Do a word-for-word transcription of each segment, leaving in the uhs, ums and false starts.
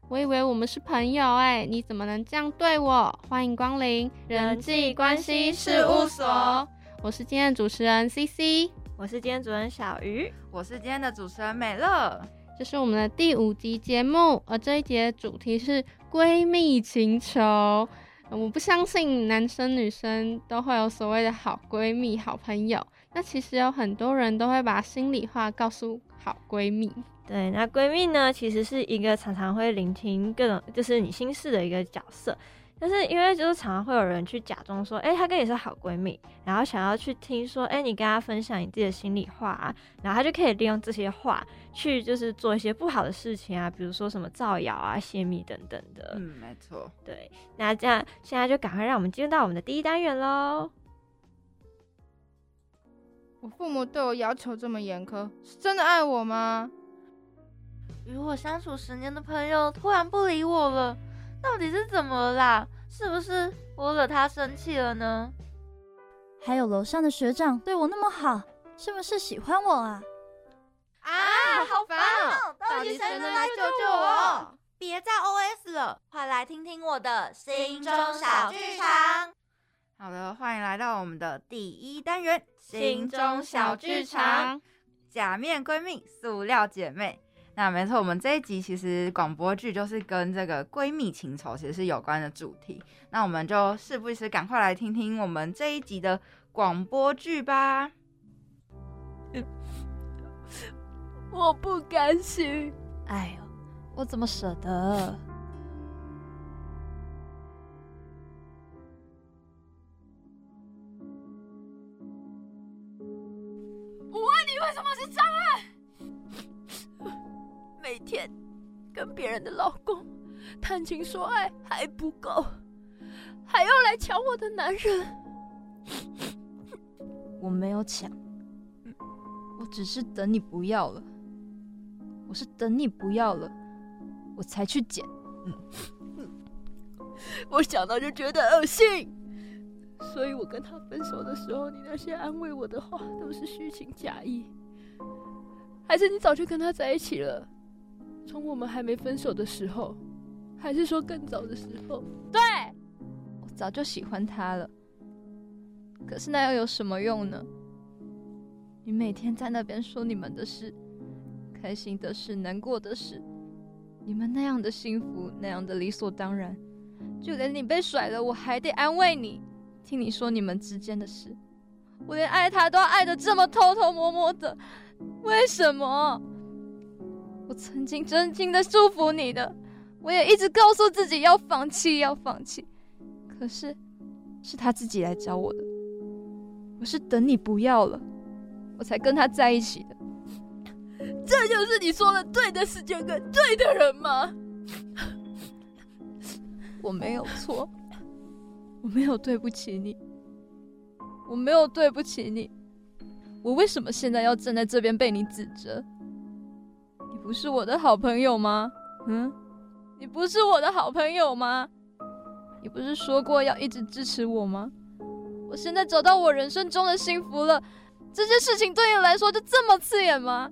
我以为我们是朋友哎，你怎么能这样对我？欢迎光临人际关系事务所，我是今天的主持人 C C， 我是今天主持人小鱼， 我是今天的主持人美乐。 这是我们的第五集节目，而这一集的主题是闺蜜情仇。我不相信男生女生都会有所谓的好闺蜜、好朋友，那其实有很多人都会把心里话告诉好闺蜜。 对，那闺蜜呢，其实是一个常常会聆听各种就是你心事的一个角色。但是因为就是常常会有人去假装说，哎、欸，她跟你是好闺蜜，然后想要去听说，哎、欸，你跟她分享你自己的心里话啊，然后她就可以利用这些话去就是做一些不好的事情啊，比如说什么造谣啊、泄密等等的。 嗯，没错。 对，那这样现在就赶快让我们进入到我们的第一单元咯。 我父母对我要求这么严苛，是真的爱我吗？ 与我相处十年的朋友突然不理我了，到底是怎么了啦？是不是我惹他生气了呢？ 还有楼上的学长对我那么好，是不是喜欢我啊？ 啊，好烦哦！ 到底谁能来救救我？ 别再 O S 了，快来听听我的心中小剧场。 好的，欢迎来到我们的第一单元心中小剧场， 假面闺蜜，塑料姐妹。那没错，我们这一集其实广播剧就是跟这个闺蜜情仇其实是有关的主题。那我们就事不宜迟，赶快来听听我们这一集的广播剧吧。 我不甘心，哎呦，我怎么舍得？ 我问你为什么是障碍？每天跟别人的老公谈情说爱还不够，还要来抢我的男人。 我没有抢，我只是等你不要了。我是等你不要了，我才去捡。 我想到就觉得恶心，所以我跟他分手的时候，你那些安慰我的话都是虚情假意，还是你早就跟他在一起了？从我们还没分手的时候，还是说更早的时候？ 对，我早就喜欢他了，可是那又有什么用呢？你每天在那边说你们的事，开心的事，难过的事，你们那样的幸福，那样的理所当然，就连你被甩了，我还得安慰你，听你说你们之间的事，我连爱他都要爱得这么偷偷摸摸的，为什么？我曾经真心的祝福你的，我也一直告诉自己要放弃，要放弃，可是是他自己来找我的，我是等你不要了，我才跟他在一起的。 这就是你说的对的时间跟对的人吗？ 我没有错，我没有对不起你，我没有对不起你，我为什么现在要站在这边被你指责？你不是我的好朋友吗？嗯，你不是我的好朋友吗？你不是说过要一直支持我吗？我现在找到我人生中的幸福了，这件事情对你来说就这么刺眼吗？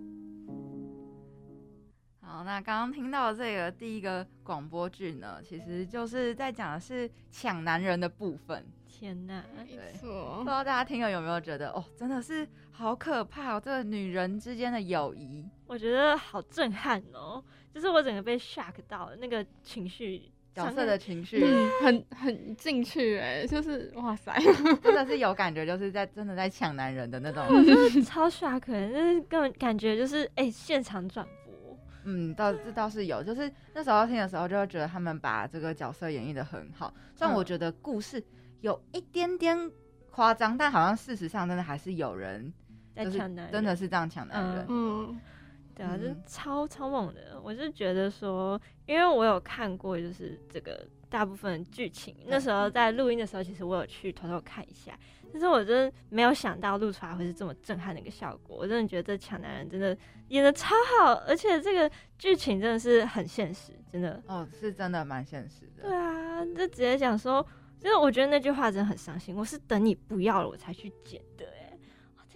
好，那刚刚听到这个第一个广播剧呢，其实就是在讲的是抢男人的部分。 天哪， 没错， 不知道大家听了有没有觉得，哦，真的是好可怕哦，这个女人之间的友谊， 我觉得好震撼哦，就是我整个被 shock 到那个情绪。 角色的情绪、 嗯、很很进去哎，就是哇塞， 真的是有感觉，就是在真的在抢男人的那种， 我就是超 shock， 就是根本感觉就是哎、欸、现场转播， 嗯，倒这倒是有，就是那时候听的时候就会觉得他们把这个角色演绎得很好，虽然我觉得故事有一点点夸张，但好像事实上真的还是有人在抢男人， 真的是这样抢男人， 嗯。对啊，就超超猛的。我是觉得说，因为我有看过，就是这个大部分剧情。那时候在录音的时候，其实我有去偷偷看一下，但是我真的没有想到录出来会是这么震撼的一个效果。我真的觉得这抢男人真的演得超好，而且这个剧情真的是很现实，真的。 哦，是真的蛮现实的。 对啊，就直接讲说，就是我觉得那句话真的很伤心。我是等你不要了，我才去捡的。哎，这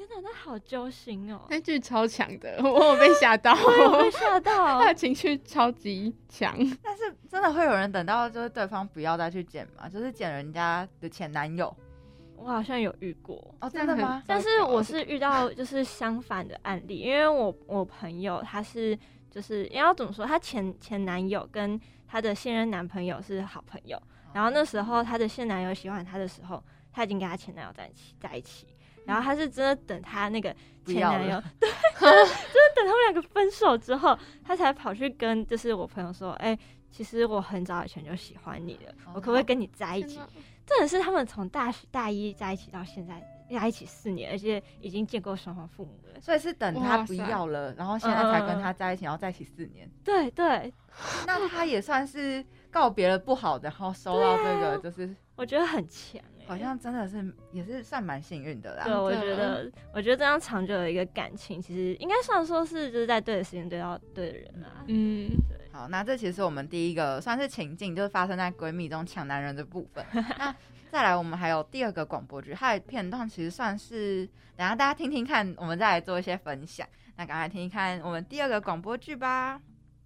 天哪，那好揪心哦！ 那句超强的，我有被吓到， 我有被吓到， 他的情绪超级强。 但是真的会有人等到就是对方不要再去捡吗？就是捡人家的前男友？ 我好像有遇过哦，真的吗？ 但是我是遇到就是相反的案例，因为我我朋友他是就是要怎么说，他前前男友跟他的现任男朋友是好朋友，然后那时候他的现男友喜欢他的时候，他已经跟他前男友在一起在一起，然后他是真的等他那个前男友，对，就是等他们两个分手之后，他才跑去跟就是我朋友说，哎、欸，其实我很早以前就喜欢你了，我可不可以跟你在一起？真的是他们从大学大一在一起到现在在一起四年，而且已经见过双方父母了， 所以是等他不要了，然后现在才跟他在一起，然后在一起四年。 对对， 那他也算是告别了不好的，然后收到这个，就是我觉得很强、欸， 好像真的是也是算蛮幸运的啦。 对，我觉得我觉得这样长久的一个感情，其实应该算说是就是在对的时间对到对的人啊。 嗯， 对。 好，那这其实是我们第一个算是情境，就是发生在闺蜜中抢男人的部分。那再来，我们还有第二个广播剧，它的片段其实算是，等一下大家听听看，我们再来做一些分享。那赶快听听看我们第二个广播剧吧。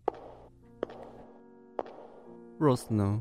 Rose 呢？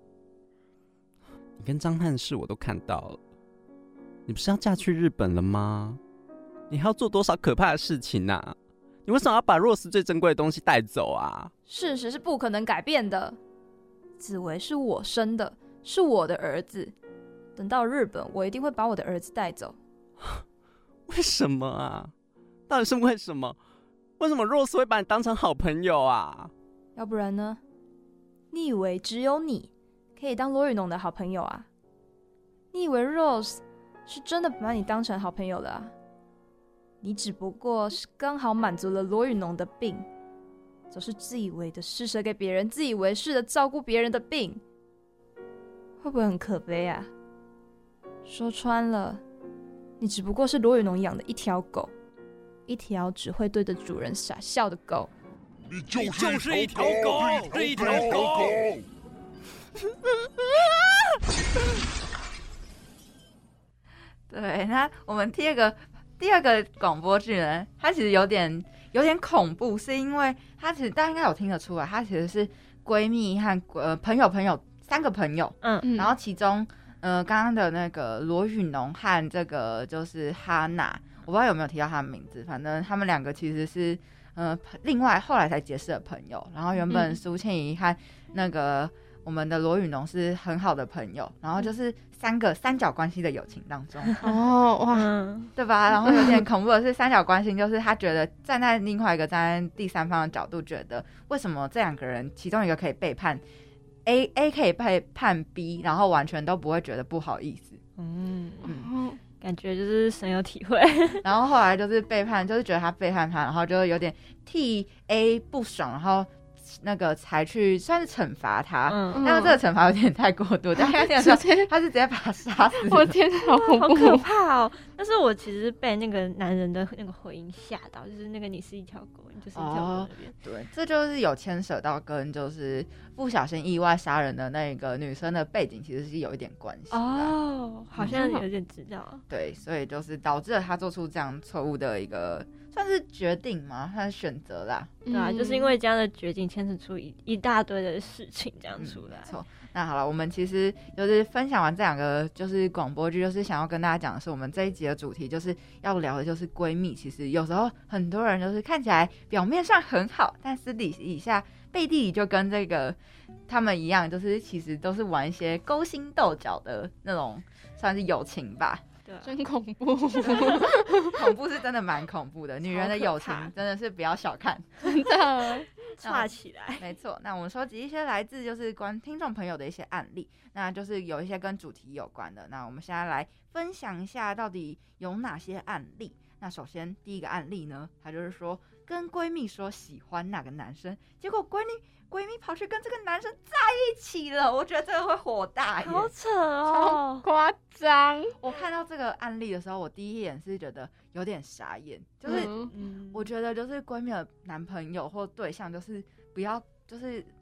你跟张翰士我都看到了，你不是要嫁去日本了吗？你还要做多少可怕的事情啊？你为什么要把 Rose 最珍贵的东西带走啊？ 事实是不可能改变的，子维是我生的，是我的儿子。等到日本，我一定会把我的儿子带走。 为什么啊？到底是为什么？为什么 Rose 会把你当成好朋友啊？ 要不然呢？你以为只有你可以当罗宇农的好朋友啊？你以为 Rose 是真的把你当成好朋友的啊？你只不过是刚好满足了罗宇农的病，总是自以为的施舍给别人，自以为是的照顾别人的病，会不会很可悲啊？说穿了，你只不过是罗宇农养的一条狗，一条只会对着主人傻笑的狗。 你就是一条狗，是一条狗。 对，那我们第二个第二个广播剧呢，它其实有点有点恐怖，是因为它其实大家应该有听得出来，它其实是闺蜜和呃朋友朋友三个朋友，嗯，然后其中呃刚刚的那个罗宇农和这个就是哈娜，我不知道有没有提到他的名字，反正他们两个其实是呃另外后来才结识的朋友，然后原本苏倩怡和那个我们的罗宇农是很好的朋友，然后就是三个三角关系的友情当中， 哦哇， 对吧？然后有点恐怖的是三角关系，就是他觉得站在另外一个站在第三方的角度，觉得为什么这两个人其中一个可以背叛 A A 可以背叛 B， 然后完全都不会觉得不好意思， 嗯嗯，感觉就是深有体会。 然后后来就是背叛，就是觉得他背叛他，然后就有点替 A 不爽，然后那个才去算是惩罚他，嗯，但是这个惩罚有点太过度，但他说他是直接把他杀死。 我天，好恐怖， 好可怕哦！但是我其实被那个男人的那个回应吓到，就是那个你是一条狗，你就是一条狗那边。 哦，对，这就是有牵扯到跟就是不小心意外杀人的那个女生的背景，其实是有一点关系哦，好像有点知道。 对，所以就是导致了他做出这样错误的一个。算是决定吗？他是选择啦， 对啊，嗯，就是因为这样的决定牵扯出一一大堆的事情，这样出来。 没错，嗯。那好了，我们其实就是分享完这两个就是广播剧，就是想要跟大家讲的是，我们这一集的主题就是要聊的就是闺蜜。其实有时候很多人就是看起来表面上很好，但私底下背地里就跟这个他们一样，就是其实都是玩一些勾心斗角的那种，算是友情吧。 真恐怖， 恐怖是真的蛮恐怖的。女人的友情真的是不要小看， 真的串起来。 没错，那我们收集一些来自就是关听众朋友的一些案例，那就是有一些跟主题有关的。那我们现在来分享一下到底有哪些案例。那首先第一个案例呢，她就是说跟闺蜜说喜欢哪个男生，结果闺蜜闺蜜跑去跟这个男生在一起了，我觉得这个会火大耶， 好扯哦， 夸张。 我看到这个案例的时候，我第一眼是觉得有点傻眼，就是我觉得就是闺蜜的男朋友或对象，就是不要就是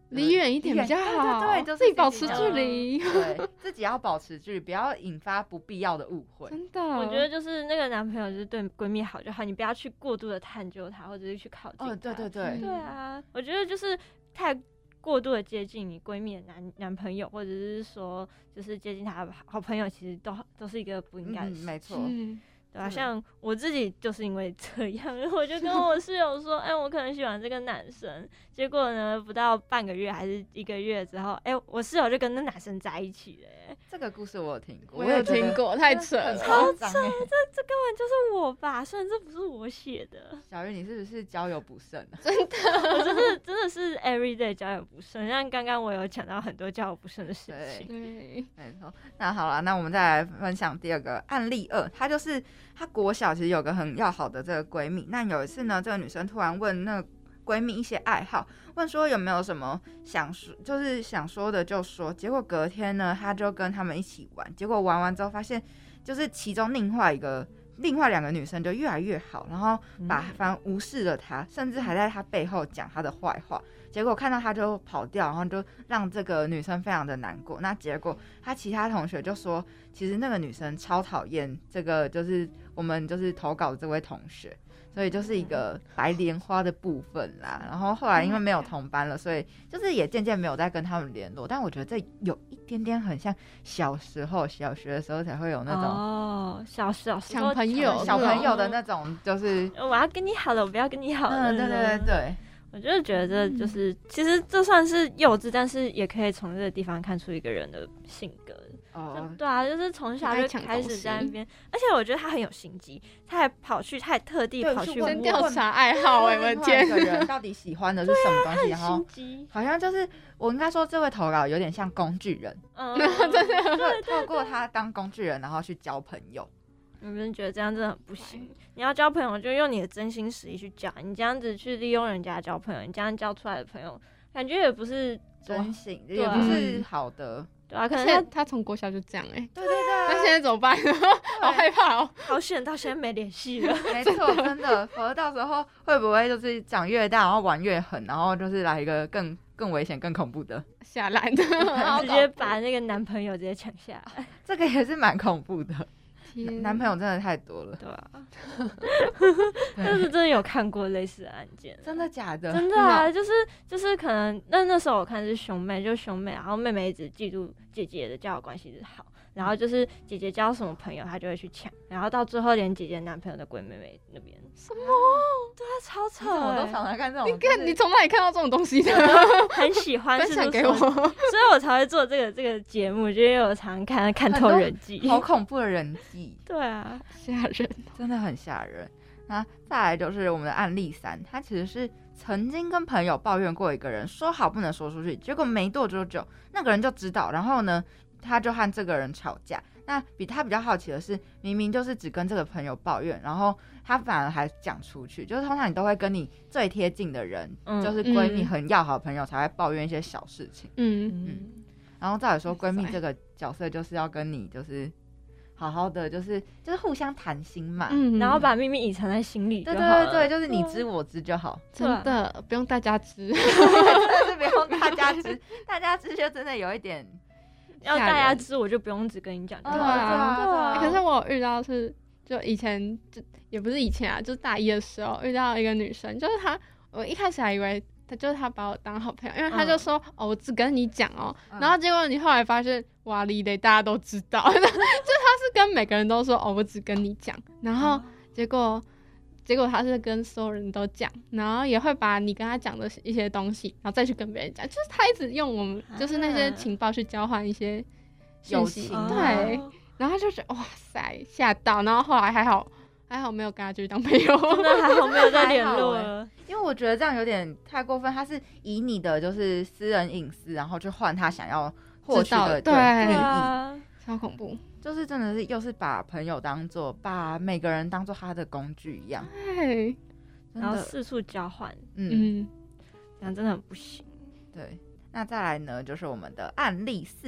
离远一点比较好， 对对对，就是自己保持距离。 对，自己要保持距离，不要引发不必要的误会。 真的， 我觉得就是那个男朋友就是对闺蜜好就好，你不要去过度的探究他，或者是去靠近他。 哦，对对对， 对啊，我觉得就是太过度的接近你闺蜜的男男朋友，或者是说就是接近她的好朋友，其实都都是一个不应该的事情。 嗯，没错。 嗯对啊，像我自己就是因为这样，我就跟我室友说，哎，我可能喜欢这个男生。结果呢，不到半个月还是一个月之后，哎，我室友就跟那男生在一起了。哎， 这个故事我有听过， 我有听过，太扯了， 超扯，这这根本就是我吧？虽然这不是我写的。 小玉，你是不是交友不慎啊？ 真的， 我真的真的是 everyday 交友不慎，像刚刚我有讲到很多交友不慎的事情。 对， 没错。那好了，那我们再来分享第二个案例二，她就是她国小其实有个很要好的这个闺蜜，那有一次呢，这个女生突然问那个闺蜜一些爱好，问说有没有什么想说，就是想说的就说。结果隔天呢，她就跟他们一起玩，结果玩完之后发现，就是其中另外一个。另外两个女生就越来越好，然后把反正无视了她，甚至还在她背后讲她的坏话。结果看到她就跑掉，然后就让这个女生非常的难过。那结果她其他同学就说，其实那个女生超讨厌这个，就是我们就是投稿的这位同学。所以就是一个白莲花的部分啦，然后后来因为没有同班了，所以就是也渐渐没有再跟他们联络。但我觉得这有一点点很像小时候小学的时候才会有那种哦，小小时候小朋友小朋友的那种，就是我要跟你好了，我不要跟你好了。 嗯，对对对对。 我就是觉得就是，其实这算是幼稚，但是也可以从这个地方看出一个人的性格。哦，对啊，就是从小就开始在那边，而且我觉得他很有心机，他还跑去，他还特地跑去先调查爱好。哎，我的天， 这个人到底喜欢的是什么东西？然后好像就是我应该说，这位投稿有点像工具人， 嗯， 真的， 透过他当工具人，然后去交朋友。 我真的觉得这样真的很不行。你要交朋友，就用你的真心实意去交。你这样子去利用人家交朋友，你这样交出来的朋友，感觉也不是真心，也不是好的。 对啊，可能他他从国小就这样哎、欸。 对对对。 那现在怎么办？好害怕哦。 好险，到现在没联系了。 没错，真的。否则到时候会不会就是长越大，然后玩越狠，然后就是来一个更更危险、更恐怖的下来的， 直接把那个男朋友直接抢下来。 这个也是蛮恐怖的。男朋友真的太多了， 对啊，但是真的有看过类似的案件， 真的假的？ 真的啊，就是就是可能那那时候我看是兄妹，就兄妹，然后妹妹一直嫉妒姐姐的交友关系是好，然后就是姐姐交什么朋友，她就会去抢，然后到最后连姐姐男朋友的闺妹妹那边什么？ 对啊，超扯、欸！ 我都常常看这种， 你看你从哪里看到这种东西的？ 很喜欢， 分享给我，所以我才会做这个这个节目，就因为我常常看看透人际， 好恐怖的人际， 对啊， 吓人， 真的很吓人。那再来就是我们的案例三，他其实是曾经跟朋友抱怨过一个人，说好不能说出去，结果没多久那个人就知道，然后呢，他就和这个人吵架。那比他比较好奇的是，明明就是只跟这个朋友抱怨，然后他反而还讲出去。就是通常你都会跟你最贴近的人，嗯、就是闺蜜很要好的朋友才会抱怨一些小事情。嗯嗯。然后再来说，闺蜜这个角色就是要跟你就是好好的，就是就是互相谈心嘛， 嗯、然后把秘密隐藏在心里就好了。 对对对，就是你知我知就好。 真的不用大家知， 真的是不用大家知，大家知就真的有一点。 要大家知，我就不用只跟你讲。 对啊，对啊。可是我有遇到是，就以前就也不是以前啊，就是大一的时候遇到一个女生，就是她，我一开始还以为她就是她把我当好朋友，因为她就说、嗯、哦，我只跟你讲哦、嗯，然后结果你后来发现哇哩嘞，大家都知道，就她是跟每个人都说哦，我只跟你讲，然后结果。结果他是跟所有人都讲，然后也会把你跟他讲的一些东西，然后再去跟别人讲，就是他一直用我们就是那些情报去交换一些信息， 友情对，然后他就觉得哇塞吓到，然后后来还好还好没有跟他继续当朋友， 真的还好没有再联络了， 因为我觉得这样有点太过分，他是以你的就是私人隐私，然后去换他想要获取的对利益、 啊，超恐怖。 就是真的是又是把朋友当做把每个人当做他的工具一样， 对， 然后四处交换， 嗯， 这样真的很不行。 对，那再来呢，就是我们的案例四。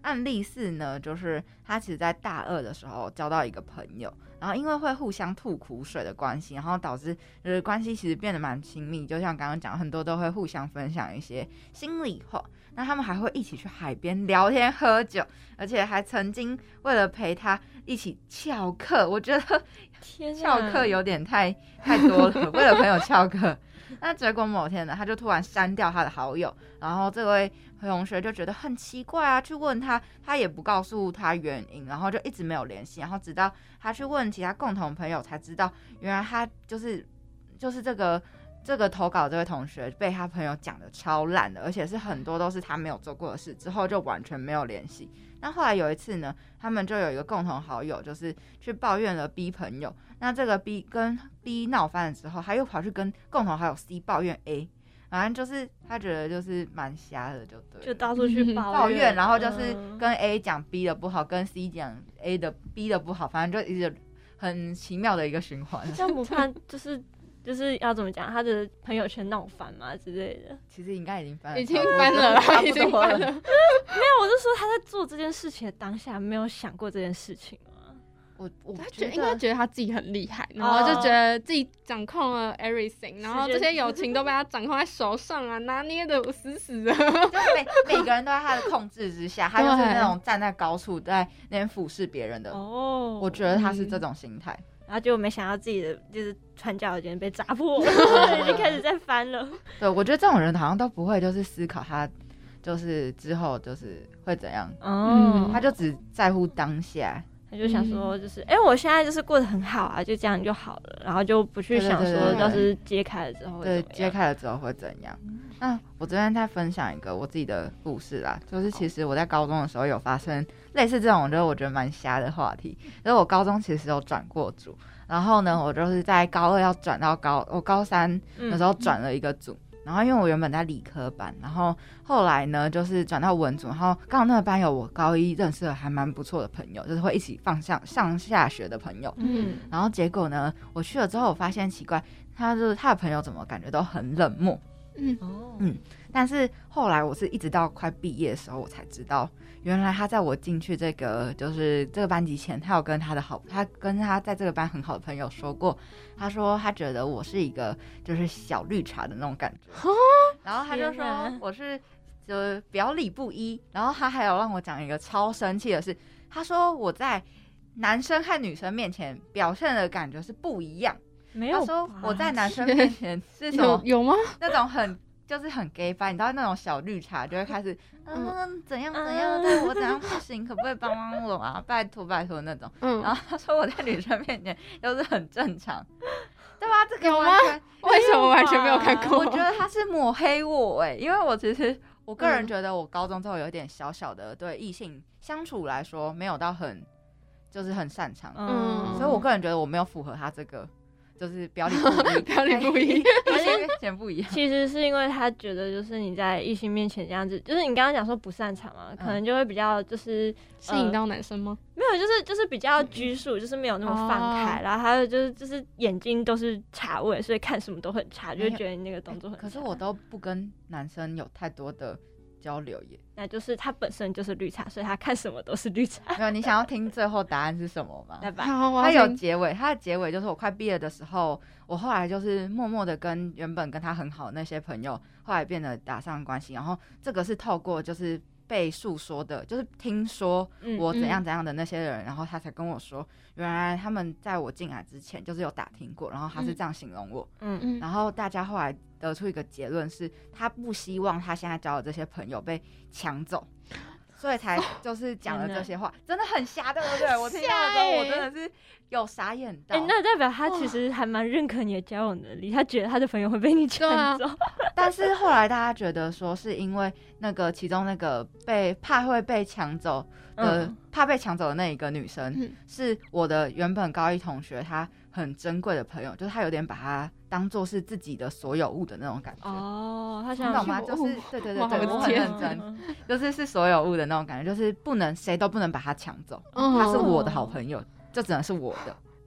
案例四呢，就是他其实在大二的时候交到一个朋友，然后因为会互相吐苦水的关系，然后导致就是关系其实变得蛮亲密，就像刚刚讲，很多都会互相分享一些心里话。那他们还会一起去海边聊天喝酒，而且还曾经为了陪他一起翘课。我觉得翘课有点太太多了，为了朋友翘课。那结果某天呢，他就突然删掉他的好友，然后这位同学就觉得很奇怪啊，去问他，他也不告诉他原因，然后就一直没有联系，然后直到他去问其他共同朋友，才知道原来他就是就是这个。这个投稿这位同学被他朋友讲的超烂的，而且是很多都是他没有做过的事，之后就完全没有联系。那后来有一次呢，他们就有一个共同好友，就是去抱怨了 B 朋友。那这个 B 跟 B 闹翻了之后，他又跑去跟共同好友 C 抱怨 A， 反正就是他觉得就是蛮瞎的，就对， 就到处去抱怨， 抱怨，然后就是跟 A 讲 B 的不好，跟 C 讲 A 的 B 的不好，反正就一直很奇妙的一个循环。 这样不怕就是。就是要怎么讲，他的朋友圈闹翻嘛之类的。 其实应该已经翻了， 已经翻了啦，已经翻了。没有， 我是说他在做这件事情的当下，没有想过这件事情吗？ 我我他觉得应该觉得他自己很厉害，然后就觉得自己掌控了 everything，、哦、然后这些友情都被他掌控在手上啊，拿捏的死死的。 就每每个人都在他的控制之下，他就是那种站在高处在那边俯视别人的。哦，我觉得他是这种心态。嗯， 然后就没想到自己的就是传教已经被砸破了，已经开始在翻了。 对，我觉得这种人好像都不会就是思考他就是之后就是会怎样，嗯，他就只在乎当下。 他就想说，就是哎、嗯欸，我现在就是过得很好啊，就这样就好了，然后就不去想说，要是揭开了之后会怎么样， 对，揭开了之后会怎样。那我这边再分享一个我自己的故事啦，就是其实我在高中的时候有发生类似这种，就是我觉得蛮瞎的话题。就是我高中其实有转过组，然后呢，我就是在高二要转到高，我高三的时候转了一个组。嗯，然后因为我原本在理科班，然后后来呢就是转到文组，然后刚好那个班有我高一认识的还蛮不错的朋友，就是会一起放上上下学的朋友。嗯，然后结果呢，我去了之后，我发现奇怪，他就是他的朋友怎么感觉都很冷漠。嗯嗯，但是后来我是一直到快毕业的时候，我才知道，原来他在我进去这个就是这个班级前，他有跟他的好，他跟他在这个班很好的朋友说过，他说他觉得我是一个就是小绿茶的那种感觉，然后他就说我是就表里不一，然后他还有让我讲一个超生气的是，他说我在男生和女生面前表现的感觉是不一样。 没有， 他说我在男生面前是什么有有吗？ 那种很就是很 gay 吧，你知道那种小绿茶就会开始嗯怎样怎样的，我怎样不行，可不可以帮帮我啊？拜托拜托那种。嗯，然后他说我在女生面前又是很正常，对吧？这个完全为什么完全没有看过？ 我觉得他是抹黑我哎、欸，因为我其实我个人觉得我高中之后有点小小的对异性相处来说没有到很就是很擅长，嗯，所以我个人觉得我没有符合他这个。就是表里不一， 表里不一， 异性面前不一样。 其实是因为他觉得，就是你在异性面前这样子，就是你刚刚讲说不擅长嘛，可能就会比较就是吸引到男生吗？ 没有，就是就是比较拘束，就是没有那么放开，然后还有就是就是眼睛都是茶味，所以看什么都很差，就会觉得你那个动作很差。 可是我都不跟男生有太多的交流耶， 那就是他本身就是绿茶，所以他看什么都是绿茶。 没有，你想要听最后答案是什么吗？ 来吧， 他有结尾，他的结尾就是我快毕业的时候，我后来就是默默的跟原本跟他很好的那些朋友，后来变得打上关系，然后这个是透过就是被诉说的，就是听说我怎样怎样的那些人，嗯嗯、然后他才跟我说，原来他们在我进来之前就是有打听过，然后他是这样形容我，嗯嗯，然后大家后来得出一个结论是，他不希望他现在交的这些朋友被抢走，所以才就是讲了这些话，真的很瞎，对不对？我听到的时候，我真的是有傻眼到。 哎、欸，那代表他其实还蛮认可你的交友能力，他觉得他的朋友会被你抢走。 但是后来大家觉得说，是因为那个其中那个被怕会被抢走的、嗯、怕被抢走的那一个女生，嗯、是我的原本高一同学，她很珍贵的朋友，就是她有点把她当做是自己的所有物的那种感觉。 哦，他想你懂吗？就是对对对对，我很认真，就是是所有物的那种感觉，就是不能谁都不能把她抢走，她、嗯、是我的好朋友，就只能是我的。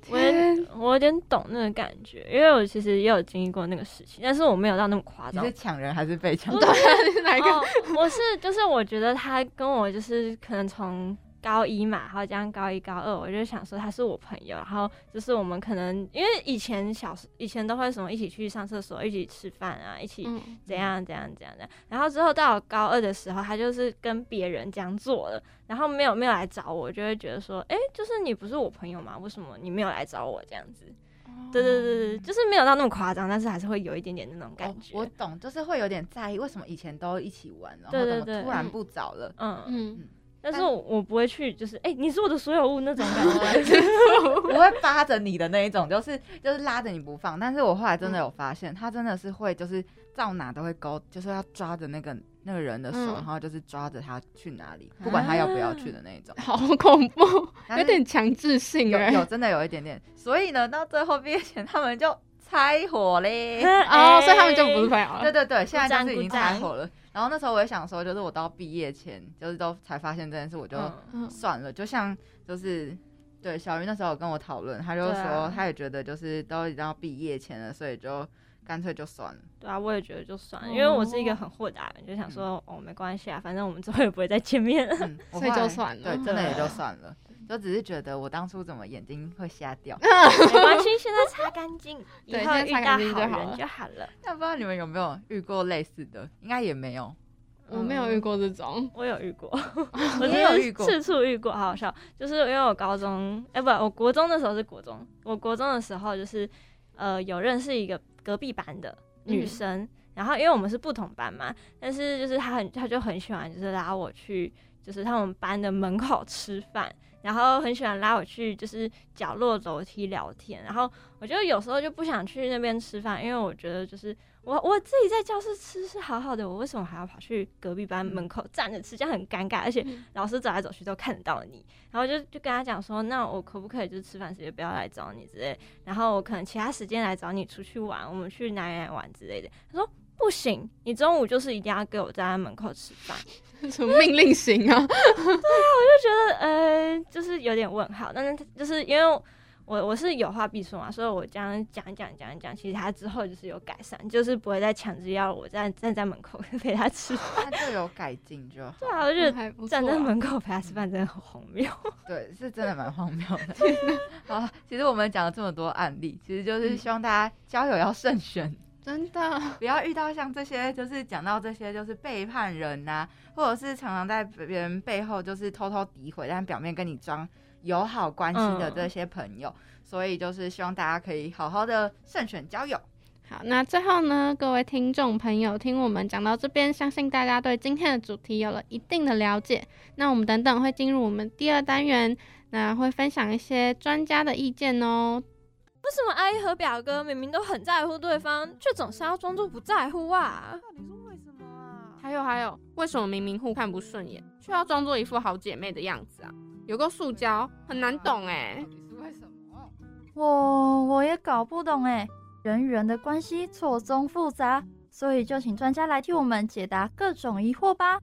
我有我有点懂那个感觉，因为我其实也有经历过那个事情，但是我没有到那么夸张。 你是抢人还是被抢？ 对啊，你是哪一个？ 哦，我是就是我觉得他跟我就是可能从高一嘛，然后加上高一高二，我就想说他是我朋友，然后就是我们可能因为以前小以前都会什么一起去上厕所，一起吃饭啊，一起怎样怎样怎样的，然后之后到了高二的时候，他就是跟别人这样做了，然后没有没有来找我，就会觉得说，哎、欸，就是你不是我朋友吗？为什么你没有来找我这样子？对对对对，就是没有到那么夸张，但是还是会有一点点那种感觉。 哦、我懂，就是会有点在意，为什么以前都一起玩，然后对对怎么突然不找了？ 嗯嗯。 嗯但是我我不会去，就是哎、欸，你是我的所有物那种感觉， 我会扒着你的那一种，就是就是拉着你不放。但是我后来真的有发现，他真的是会，就是到哪都会勾，就是要抓着那个那个人的手，嗯、然后就是抓着他去哪里，不管他要不要去的那一种。 好恐怖，有点强制性有有真的有一点点。所以呢，到最后毕业前他们就拆伙嘞。 哦，所以他们就不是朋友了。 对对对，现在就是已经拆伙了。然后那时候我也想说，就是我到毕业前，就是都才发现这件事，我就算了。嗯、就像就是对小鱼那时候有跟我讨论，他就说、啊、他也觉得就是都已经要毕业前了，所以就干脆就算了。 对啊，我也觉得就算了，因为我是一个很豁达的人，就想说、嗯、哦没关系啊，反正我们之后也不会再见面了， 嗯、 所以就算了。 对，真的也就算了。就只是觉得我当初怎么眼睛会瞎掉， 没关系，现在擦干净，以后遇到好人就好了。 那不知道你们有没有遇过类似的？应该也没有。 我没有遇过这种， 嗯、我有遇过，我也有遇过，次处遇过，好好笑。就是因为我高中，哎、欸，不，我国中的时候是国中，我国中的时候就是呃有认识一个隔壁班的女生，嗯、然后因为我们是不同班嘛，但是就是她很，她就很喜欢就是拉我去，就是他们班的门口吃饭。然后很喜欢拉我去，就是角落楼梯聊天。然后我就有时候就不想去那边吃饭，因为我觉得就是我我自己在教室吃是好好的，我为什么还要跑去隔壁班门口站着吃，这样很尴尬。而且老师走来走去都看得到你。然后就就跟他讲说，那我可不可以就是吃饭时间不要来找你之类，然后我可能其他时间来找你出去玩，我们去哪里来玩之类的。他说不行，你中午就是一定要给我站在门口吃饭。 什么命令型啊？ 对啊，我就觉得呃，就是有点问号。但是就是因为我我是有话必说嘛，所以我这样讲一讲讲一讲，其实他之后就是有改善，就是不会再强制要我站站在门口陪他吃饭。 那就有改进就好。 对啊，我觉得站在门口陪他吃饭真的很荒谬。 对，是真的蛮荒谬的。好，其实我们讲了这么多案例，其实就是希望大家交友要慎选。 真的不要遇到像这些，就是讲到这些就是背叛人啊，或者是常常在别人背后就是偷偷诋毁，但表面跟你装友好关系的这些朋友、嗯、所以就是希望大家可以好好的慎选交友。 好，那最后呢，各位听众朋友，听我们讲到这边，相信大家对今天的主题有了一定的了解。那我们等等会进入我们第二单元，那会分享一些专家的意见哦。 为什么阿姨和表哥明明都很在乎对方，却总是要装作不在乎啊？ 到底是为什么啊？ 还有还有，为什么明明互看不顺眼，却要装作一副好姐妹的样子啊？有够塑胶，很难懂哎。 到底是为什么？ 我我也搞不懂哎，人与人的关系错综复杂，所以就请专家来替我们解答各种疑惑吧。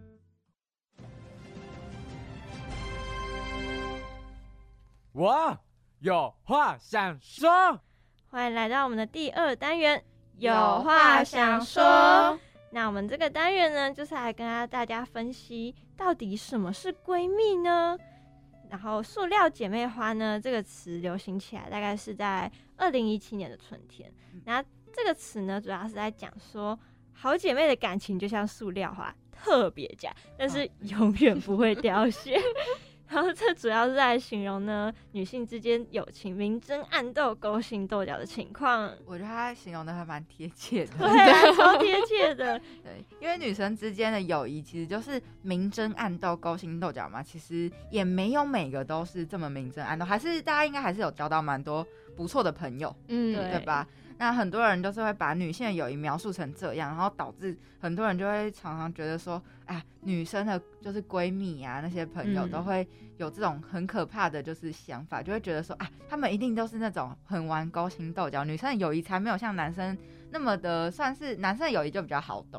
我有话想说， 欢迎来到我们的第二单元，有话想说。那我们这个单元呢，就是来跟大家分析到底什么是闺蜜呢？然后塑料姐妹花呢这个词流行起来大概是在二零一七年的春天。那这个词呢，主要是在讲说好姐妹的感情就像塑料花，特别假，但是永远不会凋谢。然后这主要是在形容呢女性之间友情明争暗斗、勾心斗角的情况。 我觉得他形容的还蛮贴切的， 对啊，超贴切的。 对，因为女生之间的友谊其实就是明争暗斗、勾心斗角嘛，其实也没有每个都是这么明争暗斗，还是大家应该还是有交到蛮多不错的朋友，嗯，对吧？那很多人都是会把女性的友谊描述成这样，然后导致很多人就会常常觉得说，哎，女生的就是闺蜜啊，那些朋友都会有这种很可怕的就是想法，就会觉得说，啊，他们一定都是那种很玩勾心斗角，女生的友谊才没有像男生那么的，算是男生的友谊就比较好懂。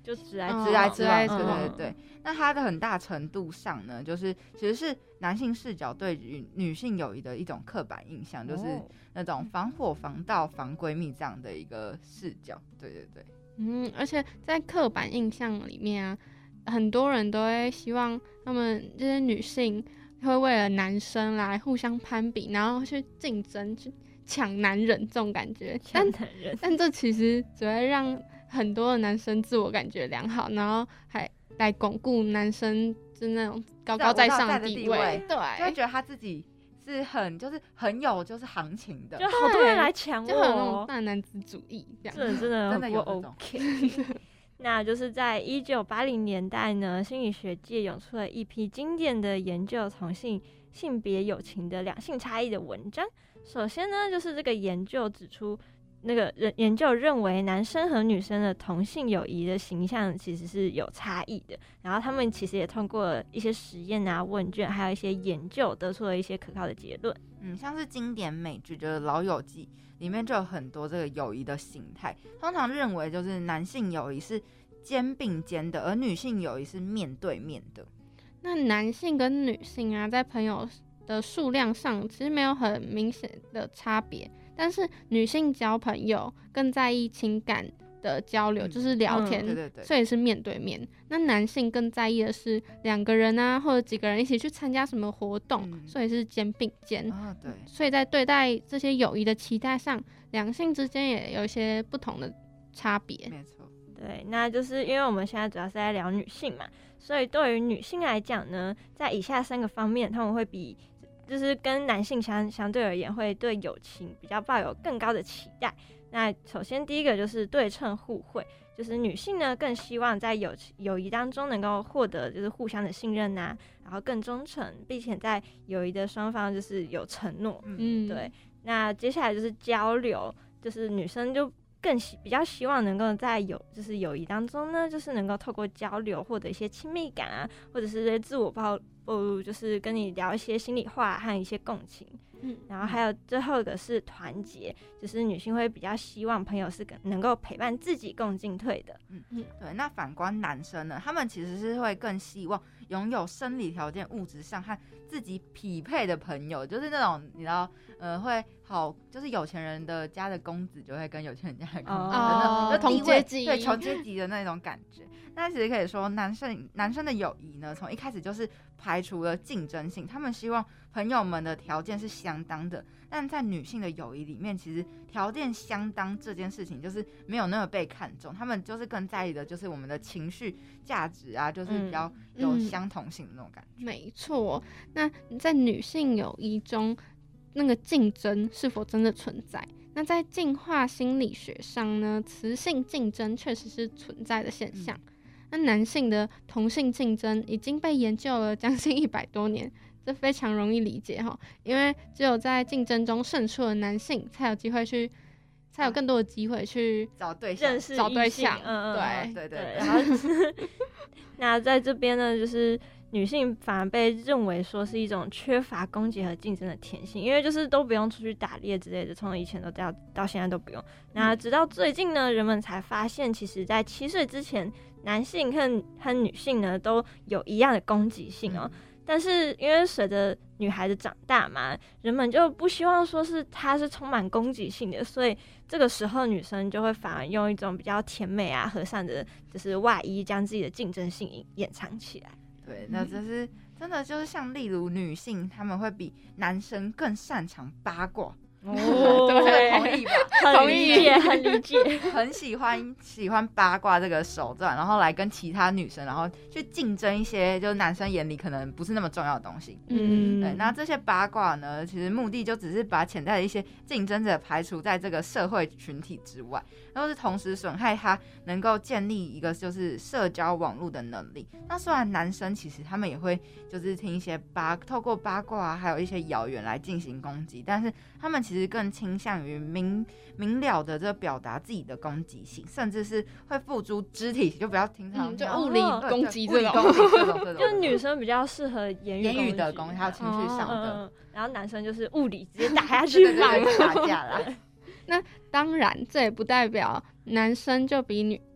就直来直来直往， 直来直对往对对。那它的很大程度上呢，就是其实是男性视角对于女性友谊的一种刻板印象，就是那种防火、防盗、防闺蜜这样的一个视角。对对对， 嗯，而且在刻板印象里面啊，很多人都会希望他们这些女性会为了男生来互相攀比，然后去竞争、去抢男人这种感觉。 抢男人， 但这其实只会让很多的男生自我感觉良好，然后还来巩固男生就那种高高在上的地位， 位，对， 就会觉得他自己是很就是很有就是行情的， 就好多人来抢我， 就很有那种大男子主义这样， 真的真的真的有不 OK。那就是在一九八零年代呢，心理学界涌出了一批经典的研究同性性别友情的两性差异的文章。首先呢，就是这个研究指出，那个人研究认为男生和女生的同性友谊的形象其实是有差异的，然后他们其实也通过了一些实验啊、问卷，还有一些研究，得出了一些可靠的结论。 嗯，像是经典美剧就是《老友记》里面就有很多这个友谊的形态，通常认为就是男性友谊是肩并肩的，而女性友谊是面对面的。 那男性跟女性啊，在朋友的数量上其实没有很明显的差别，但是女性交朋友更在意情感的交流，嗯、就是聊天、嗯， 对对对， 所以是面对面。那男性更在意的是两个人啊，或者几个人一起去参加什么活动，嗯、所以是肩并肩。 啊，对。 所以在对待这些友谊的期待上，两性之间也有一些不同的差别。 没错。 对，那就是因为我们现在主要是在聊女性嘛，所以对于女性来讲呢，在以下三个方面，他们会比就是跟男性相相对而言，会对友情比较抱有更高的期待。那首先第一个就是对称互惠，就是女性呢更希望在友友谊当中能够获得就是互相的信任呐、啊，然后更忠诚，并且在友谊的双方就是有承诺。 嗯， 对。那接下来就是交流，就是女生就更希比较希望能够在友就是友谊当中呢，就是能够透过交流获得一些亲密感啊，或者是这些自我暴露，就是跟你聊一些心里话和一些共情。嗯，然后还有最后一个是团结，就是女性会比较希望朋友是能够陪伴自己共进退的。 嗯嗯，对。那反观男生呢，他们其实是会更希望拥有生理条件、物质上和自己匹配的朋友，就是那种你知道，呃，会好，就是有钱人的家的公子就会跟有钱人家的公子的那种同阶级， 对，同阶级的那种感觉。那其实可以说，男生男生的友谊呢，从一开始就是排除了竞争性，他们希望朋友们的条件是相当的。但在女性的友谊里面，其实条件相当这件事情就是没有那么被看重，他们就是更在意的就是我们的情绪价值啊，就是比较有相同性的那种感觉。 嗯、没错，那在女性友谊中，那个竞争是否真的存在？那在进化心理学上呢，雌性竞争确实是存在的现象。嗯，那男性的同性竞争已经被研究了将近一百多年，这非常容易理解哈，因为只有在竞争中胜出的男性才有机会去，才有更多的机会去找对象、 认识找对象。 嗯对对对对。 然后就是那在这边呢，就是女性反而被认为说是一种缺乏攻击和竞争的天性，因为就是都不用出去打猎之类的，从以前都到到现在都不用。那直到最近呢，人们才发现，其实在七岁之前，男性和和女性呢都有一样的攻击性哦。嗯，但是因为随着女孩子长大嘛，人们就不希望说是她是充满攻击性的，所以这个时候女生就会反而用一种比较甜美啊、和善的，就是外衣将自己的竞争性掩藏起来。 对，那这是真的，就是像例如女性，她们会比男生更擅长八卦。 哦， 对，同意吧？ 很理解，很理解， 很喜欢喜欢八卦这个手段，然后来跟其他女生，然后去竞争一些就是男生眼里可能不是那么重要的东西。嗯，对。那这些八卦呢，其实目的就只是把潜在的一些竞争者排除在这个社会群体之外，然后是同时损害他能够建立一个就是社交网络的能力。那虽然男生其实他们也会就是听一些八，透过八卦啊，还有一些谣言来进行攻击，但是他们其实更倾向于明明了的这表达自己的攻击性，甚至是会付诸肢体，就不要听他们、 嗯、就物理攻击这种， 这种这种， 就女生比较适合言语言语的攻击，还有情绪上的、 嗯，然后男生就是物理直接打下去， 对对对，打架啦。 那当然，这也不代表男生就比女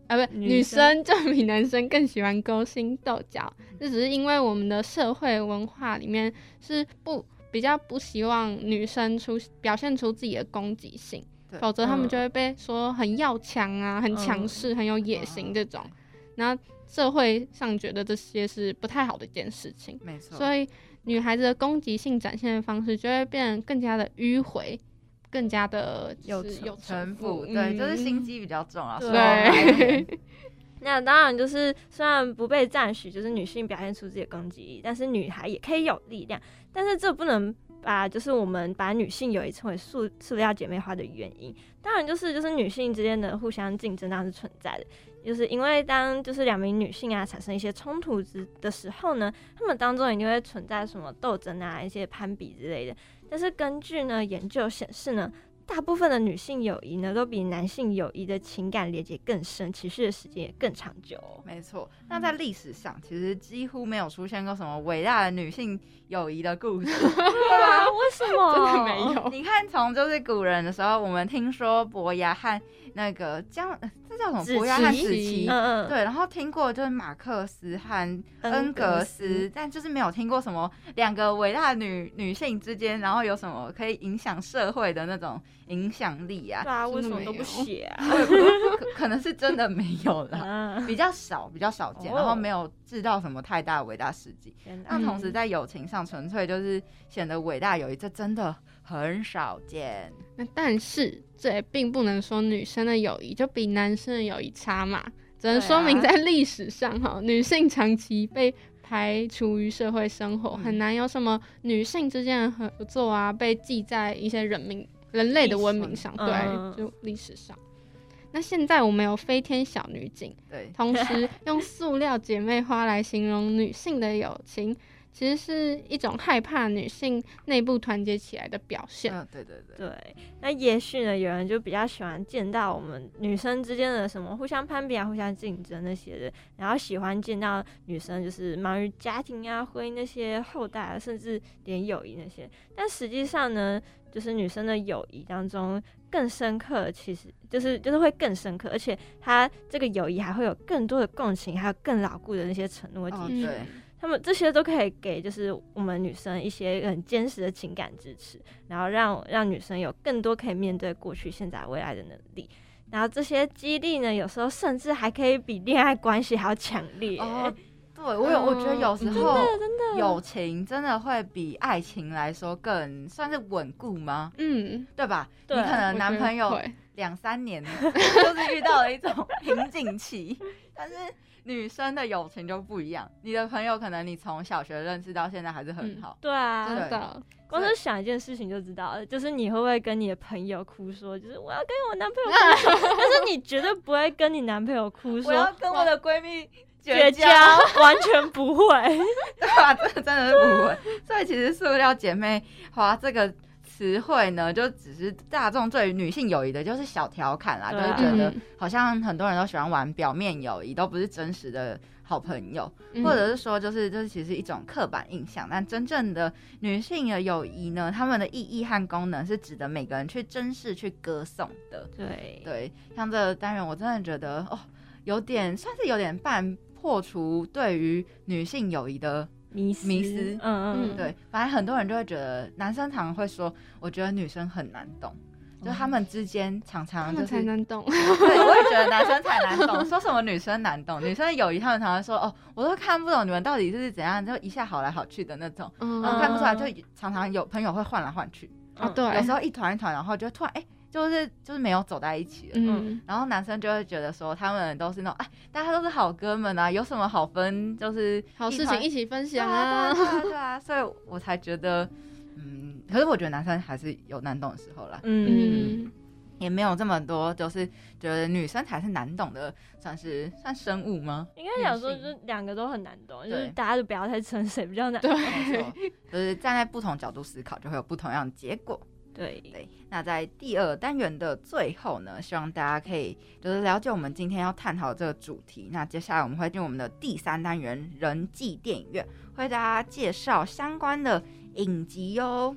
啊，不，女生就比男生更喜欢勾心斗角，这只是因为我们的社会文化里面是不比较不希望女生出表现出自己的攻击性，否则他们就会被说很要强啊、很强势、嗯、很有野心这种。然后社会上觉得这些是不太好的一件事情， 没错。 所以女孩子的攻击性展现的方式就会变得更加的迂回。更加的有有城府，对、嗯，就是心机比较重啊。 对， 那当然就是虽然不被赞许，就是女性表现出自己的攻击力，但是女孩也可以有力量。但是这不能把就是我们把女性友谊称为塑塑料姐妹花的原因。当然就是就是女性之间的互相竞争当然是存在的。就是因为当就是两名女性啊产生一些冲突的时候呢，她们当中一定会存在什么斗争啊、一些攀比之类的。但是根据呢研究显示呢，大部分的女性友谊呢都比男性友谊的情感连结更深，持续的时间也更长久、哦。 没错，那在历史上其实几乎没有出现过什么伟大的女性友谊的故事，对吧？ 为什么？ 真的没有。 你看，从就是古人的时候，我们听说伯牙和那个姜，这叫什么？伯牙和子期，嗯嗯，对，然后听过就是马克思和恩格斯，但就是没有听过什么两个伟大的女女性之间，然后有什么可以影响社会的那种影响力啊？ 对啊，为什么都不写啊？ 可, 可能是真的没有啦，比较少，比较少见，然后没有制造什么太大的伟大事迹。那同时在友情上，纯粹就是显得伟大友谊，这真的很少见。 那但是这也并不能说女生的友谊就比男生的友谊差嘛，只能说明在历史上哈、啊，女性长期被排除于社会生活，很难有什么女性之间的合作啊，被记在一些人民人类的文明上，对，嗯、就历史上。那现在我们有飞天小女警， 对， 同时用塑料姐妹花来形容女性的友情，其实是一种害怕女性内部团结起来的表现。 嗯，对对对。 对，那也许呢，有人就比较喜欢见到我们女生之间的什么互相攀比啊、互相竞争那些的，然后喜欢见到女生就是忙于家庭啊、婚姻那些后代啊，甚至连友谊那些。但实际上呢，就是女生的友谊当中更深刻，其实就是就是会更深刻，而且她这个友谊还会有更多的共情，还有更牢固的那些承诺基础。 哦，对。 他们这些都可以给就是我们女生一些很坚实的情感支持，然后让让女生有更多可以面对过去、现在、未来的能力。然后这些激励呢，有时候甚至还可以比恋爱关系还要强烈。 哦，对，我有，我觉得有时候友情真的会比爱情来说更算是稳固吗？ 嗯， 对吧？ 对， 你可能男朋友两三年就是遇到了一种瓶颈期，但是女生的友情就不一样，你的朋友可能你从小学认识到现在还是很好。 嗯、对啊， 真的， 光是想一件事情就知道了，就是你会不会跟你的朋友哭说，就是我要跟我男朋友哭说，但是你绝对不会跟你男朋友哭说， 我要跟我的闺蜜绝交，完全不会， 对吧？这真的是不会。所以其实塑料姐妹花这个词汇呢，就只是大众对于女性友谊的就是小调侃啦，就是觉得好像很多人都喜欢玩表面友谊，都不是真实的好朋友，嗯、或者是说就是就是其实是一种刻板印象。但真正的女性的友谊呢，她们的意义和功能是值得每个人去珍视、去歌颂的。 对对， 像这个单元，我真的觉得哦，有点算是有点半破除对于女性友谊的迷思，迷思，嗯嗯，对，反正很多人就会觉得，男生常常会说，我觉得女生很难懂，就他们之间常常就是他们才难懂， 对，我也觉得男生才难懂，说什么女生难懂，女生的友谊他们常常说，哦，我都看不懂你们到底是怎样，就一下好来好去的那种，嗯，然后看不出来，就常常有朋友会换来换去， 啊、嗯，对， 有时候一团一团，然后就突然哎。欸就是就是没有走在一起了，嗯，然后男生就会觉得说他们都是那种哎，大家都是好哥们啊，有什么好分，就是好事情一起分享啊， 对啊，对啊，对啊，所以我才觉得，嗯，可是我觉得男生还是有难懂的时候啦，嗯，嗯也没有这么多，就是觉得女生才是难懂的，算是算生物吗？ 应该讲说就是两个都很难懂，就是大家就不要太称谁比较难懂， 对，就是站在不同角度思考，就会有不同样的结果。 对对，那在第二单元的最后呢，希望大家可以就是了解我们今天要探讨的这个主题。那接下来我们会进入我们的第三单元人际电影院，会为大家介绍相关的影集哟。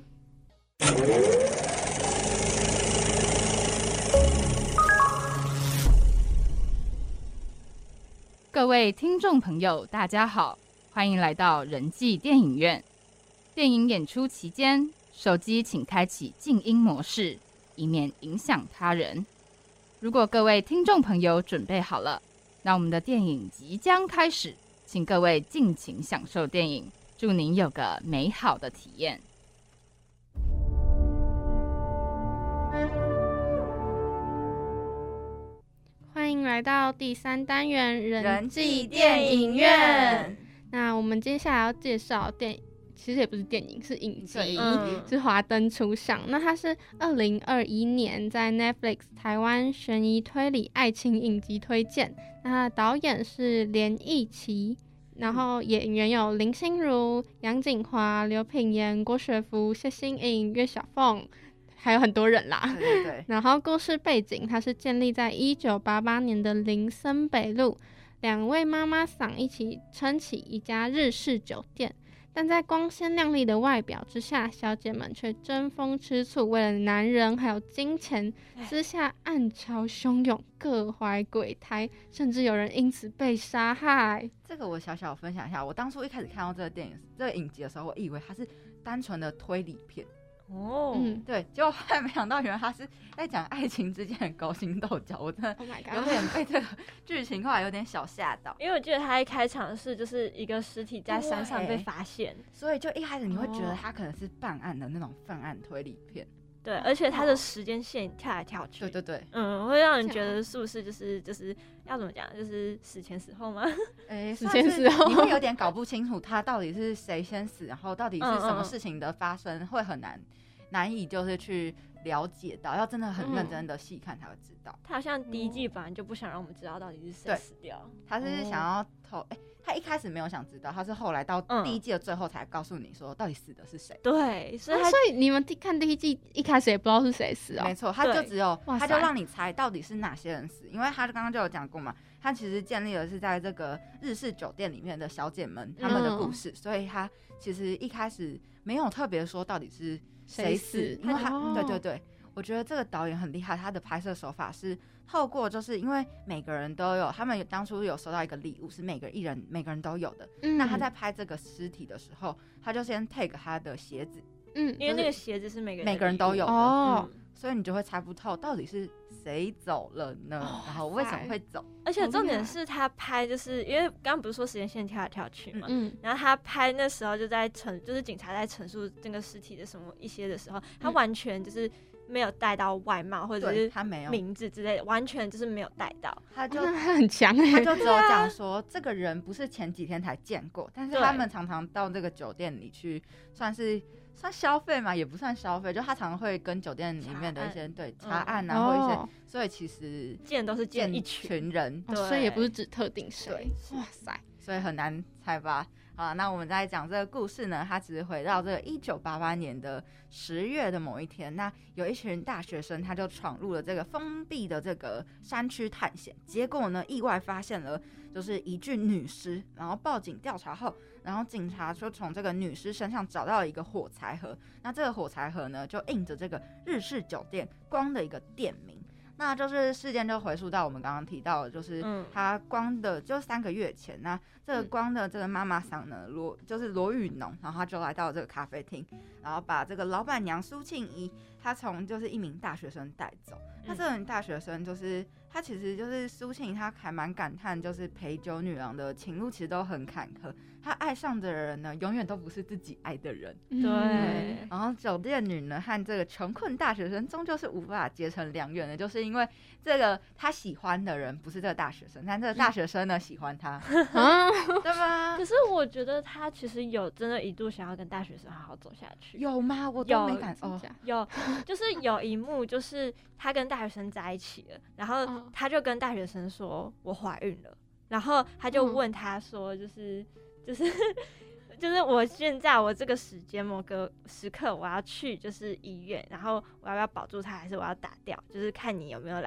各位听众朋友，大家好，欢迎来到人际电影院。电影演出期间，手机请开启静音模式，以免影响他人。如果各位听众朋友准备好了，那我们的电影即将开始，请各位尽情享受电影，祝您有个美好的体验。 欢迎来到第三单元人际电影院。 那我们接下来要介绍电影，其实也不是电影，是影集， 嗯、 是《华灯初上》。那它是二零二一年在 Netflix 台湾悬疑推理爱情影集推荐。那它的导演是连奕琦，然后演员有林心如、杨谨华、刘品言、郭学福、谢欣颖、岳小凤，还有很多人啦。 对对对。 然后故事背景，它是建立在一九八八年的林森北路，两位妈妈桑一起撑起一家日式酒店。但在光鲜亮丽的外表之下，小姐们却争风吃醋，为了男人还有金钱，私下暗潮汹涌，各怀鬼胎，甚至有人因此被杀害。 这个我小小分享一下，我当初一开始看到这个电影、这个影集的时候，我以为它是单纯的推理片。 哦， 嗯，对，结果后来没想到，原来他是在讲爱情之间的勾心斗角，我真的有点被这个剧情后来有点小吓到。 因为我记得他一开场是就是一个尸体在山上被发现， 所以就一开始你会觉得他可能是办案的那种犯案推理片。 对，而且他的时间线跳来跳去， 对对对， 嗯，会让人觉得是不是就是就是要怎么讲，就是死前死后吗？ 哎、欸， 死前死后， 你会有点搞不清楚他到底是谁先死，然后到底是什么事情的发生，嗯嗯会很难难以就是去了解到，要真的很认真的细看才会知道。 他好像第一季本来就不想让我们知道到底是谁死掉， 他是想要透，哎、欸，他一开始没有想知道，他是后来到第一季的最后才告诉你说到底死的是谁。 对，所以、 啊、所以你们看第一季一开始也不知道是谁死啊、 哦？没错，他就只有他就让你猜到底是哪些人死，因为他刚刚就有讲过嘛，他其实建立的是在这个日式酒店里面的小姐们他们的故事，嗯、所以他其实一开始没有特别说到底是谁死，因为他、哦、对对对，我觉得这个导演很厉害，他的拍摄手法是透过，就是因为每个人都有，他们当初有收到一个礼物，是每个艺人每个人都有的。嗯、那他在拍这个尸体的时候，他就先 take 他的鞋子， 嗯，因为那个鞋子是每个人每个人都有的， 哦、 嗯，所以你就会猜不透到底是谁走了呢？哦、然后为什么会走？ 而且重点是他拍，就是因为刚刚不是说时间线跳来跳去嘛， 嗯， 然后他拍那时候就在陈，就是警察在陈述这个尸体的什么一些的时候，他完全就是没有带到外貌或者是他没有名字之类的，完全就是没有带到， 他就他很强哎， 他就只有讲说这个人不是前几天才见过，但是他们常常到这个酒店里去，算是。算消费嘛，也不算消费，就他常常会跟酒店里面的一些对查案啊，嗯、或一些，哦、所以其实见都是见一群人， 哦、所以也不是指特定谁。哇塞， 所以很难猜吧？好，那我们在讲这个故事呢，它只是回到这个一九八八年的十月的某一天，那有一群大学生，他就闯入了这个封闭的这个山区探险，结果呢，意外发现了就是一具女尸，然后报警调查后。然后警察就从这个女尸身上找到了一个火柴盒，那这个火柴盒呢就印着这个日式酒店光的一个店名，那就是事件就回溯到我们刚刚提到的，就是他光的就三个月前，那这个光的这个妈妈桑呢罗就是罗雨农，然后他就来到这个咖啡厅，然后把这个老板娘苏庆怡，她从就是一名大学生带走，那这名大学生就是她其实就是苏庆怡，她还蛮感叹，就是陪酒女郎的情路其实都很坎坷。他爱上的人呢，永远都不是自己爱的人。 对、嗯， 然后酒店女呢和这个穷困大学生终究是无法结成良缘的，就是因为这个他喜欢的人不是这个大学生，但这个大学生呢喜欢他，啊、对吧？ 可是我觉得他其实有真的一度想要跟大学生好好走下去， 有吗？我都没敢哦。 有，就是有一幕就是他跟大学生在一起了，然后他就跟大学生说：“我怀孕了。”然后他就问他说：“就是。”就是就是我现在我这个时间某个时刻我要去就是医院，然后我要不要保住他，还是我要打掉？就是看你有没有来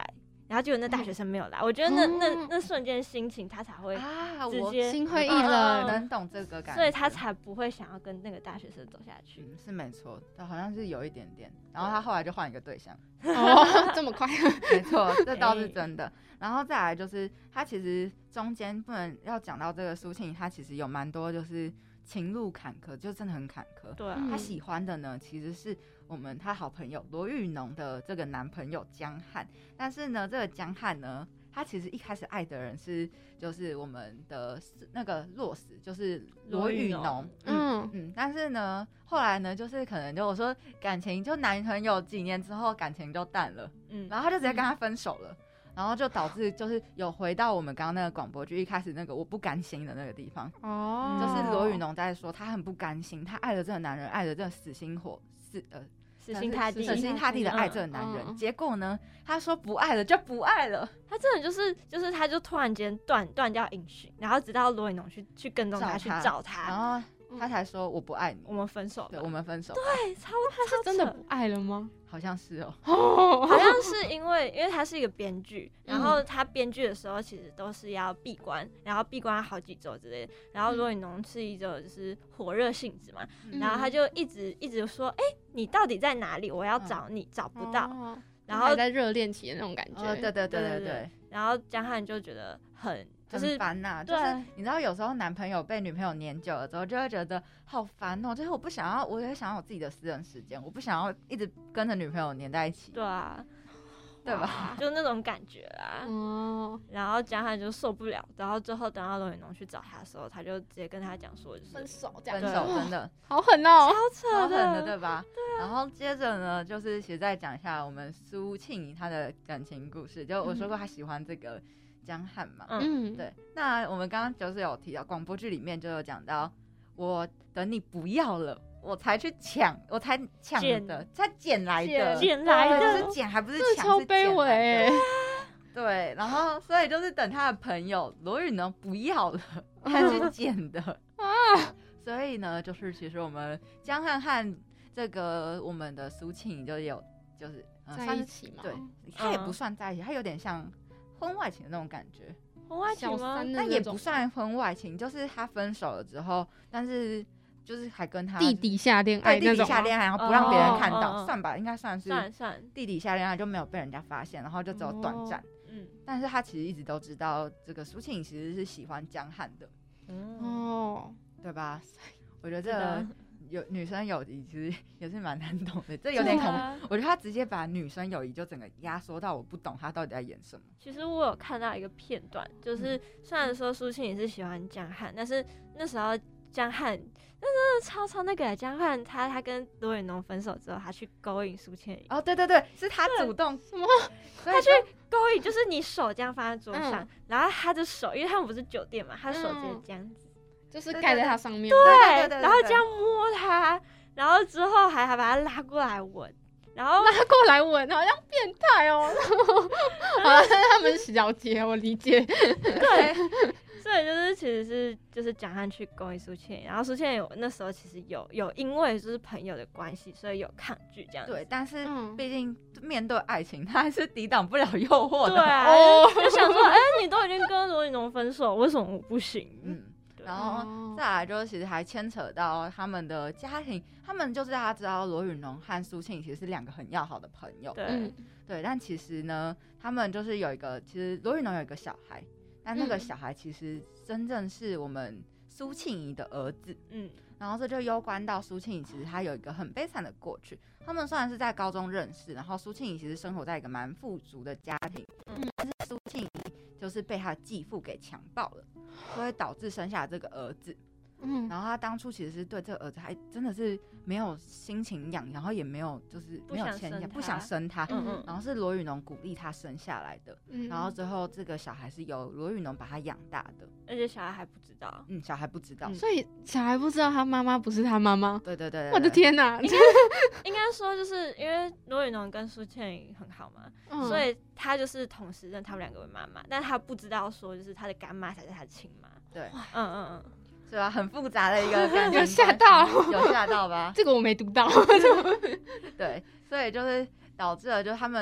然后结果那大学生没有来，我觉得那、嗯、那那瞬间心情他才会啊， 直接心灰意冷， 能懂这个感觉， 所以他才不会想要跟那个大学生走下去。 嗯、是没错，他好像是有一点点，然后他后来就换一个对象。 哦，这么快？ 没错，这倒是真的。然后再来就是他其实中间不能要讲到这个苏庆，他其实有蛮多就是情路坎坷，就真的很坎坷。 对、啊， 他喜欢的呢其实是我们他好朋友罗玉农的这个男朋友江汉，但是呢，这个江汉呢，他其实一开始爱的人是就是我们的那个洛斯，就是罗玉农，嗯嗯，但是呢，后来呢，就是可能就我说感情就男朋友几年之后感情就淡了，嗯，然后他就直接跟他分手了。嗯，然后就导致就是有回到我们刚刚那个广播剧一开始那个我不甘心的那个地方哦，就是罗宇农在说他很不甘心，他爱的这个男人，爱的这个死心活死呃死心塌地死心塌地的爱这个男人，嗯、结果呢，他说不爱了就不爱了， 他真的就是就是他就突然间断断掉音讯，然后直到罗宇农去去跟踪他去找他， 然后他才说我不爱你， 我们分手了， 对，我们分手了， 对，超他是真的不爱了吗？ 好像是哦， 好像是因为因为他是一个编剧，然后他编剧的时候其实都是要闭关，然后闭关好几周之类的，然后罗宇农是一种就是火热性子嘛，嗯、然后他就一直一直说，哎、欸，你到底在哪里？我要找你，嗯、找不到，哦、 然后还在热恋期的那种感觉， 哦、对对对对 对, 对, 对， 然后江汉就觉得很。就是很烦呐、啊，就是你知道，有时候男朋友被女朋友黏久了之后，就会觉得好烦哦。就是我不想要，我也想要有自己的私人时间，我不想要一直跟着女朋友黏在一起。 对啊， 对吧？ 就那种感觉啦。哦。然后江汉就受不了，然后最后等到罗宇农去找他的时候，他就直接跟他讲说，就是分手，这样分手真的好狠哦， 超扯的， 超狠的，对吧？对、啊。然后接着呢，就是其实再讲一下我们苏庆怡她的感情故事。就我说过，她喜欢这个。江汉嘛，嗯，对。那我们刚刚就是有提到广播剧里面就有讲到，我等你不要了，我才去抢，我才抢的，才捡来的， 捡来的， 是捡还不是抢， 超卑微。 对，然后所以就是等他的朋友罗宇农不要了，他去捡的啊。所以呢，就是其实我们江汉和这个我们的苏庆就有就是、 呃、在一起嘛， 对，他也不算在一起，他有点像。婚外情的那种感觉， 婚外情吗？ 但也不算婚外情，就是他分手了之后，但是就是还跟他地底下恋爱那种， 地底下恋爱，然后不让别人看到， 哦、 算吧，应该算是算算地底下恋爱，就没有被人家发现，然后就只有短暂。嗯、哦，但是他其实一直都知道这个苏庆其实是喜欢江汉的，哦，对吧？我觉得这个。有女生友谊其实也是蛮难懂的，这有点恐怖。啊、我觉得他直接把女生友谊就整个压缩到我不懂他到底在演什么。 其实我有看到一个片段，就是虽然说苏庆也是喜欢江汉，但是那时候江汉那时候超超那个江汉他他跟罗宇农分手之后，他去勾引苏庆。 哦，对对对，是他主动什么？ 他去勾引，就是你手这样放在桌上，嗯、然后他的手，因为他们不是酒店嘛，他手直接这样子。嗯就是盖在他上面， 对，对对对对，然后这样摸他，然后之后还还把他拉过来吻，然后拉过来吻，好像变态哦。好了，他们是了解，我理解。 对，所以就是其实是就是江汉去勾引苏倩，然后苏倩有那时候其实有有因为就是朋友的关系，所以有抗拒这样子。 对，但是毕竟面对爱情，他还是抵挡不了诱惑的。 对啊，哦、就想说，哎、欸，你都已经跟罗宇农分手，为什么我不行？嗯。 然后再来就是其实还牵扯到他们的家庭，他们就是大家知道罗宇农和苏庆其实是两个很要好的朋友， 对、 嗯、对，但其实呢，他们就是有一个，其实罗宇农有一个小孩，但那个小孩其实真正是我们苏庆怡的儿子，嗯，然后这就攸关到苏庆怡其实他有一个很悲惨的过去，他们虽然是在高中认识，然后苏庆怡其实生活在一个蛮富足的家庭，嗯，但是苏庆怡就是被他的继父给强暴了，所以导致生下这个儿子。嗯，然后他当初其实是对这个儿子还真的是没有心情养，然后也没有就是没有钱养，不想生他。嗯嗯。然后是罗宇农鼓励他生下来的，嗯、然后之后这个小孩是由罗宇农把他养大的， 而且小孩还不知道。 嗯，小孩不知道， 嗯、所以小孩不知道他妈妈不是他妈妈。 对对 对, 对, 对。 我的天哪！ 应该应该说就是因为罗宇农跟苏倩怡很好嘛，嗯、所以他就是同时认他们两个为妈妈，但他不知道说就是他的干妈才是他的亲妈。 对， 嗯嗯嗯。 是吧？很复杂的一个感觉， 有吓到， 有吓到吧？ 这个我没读到。 对，所以就是导致了，就是他们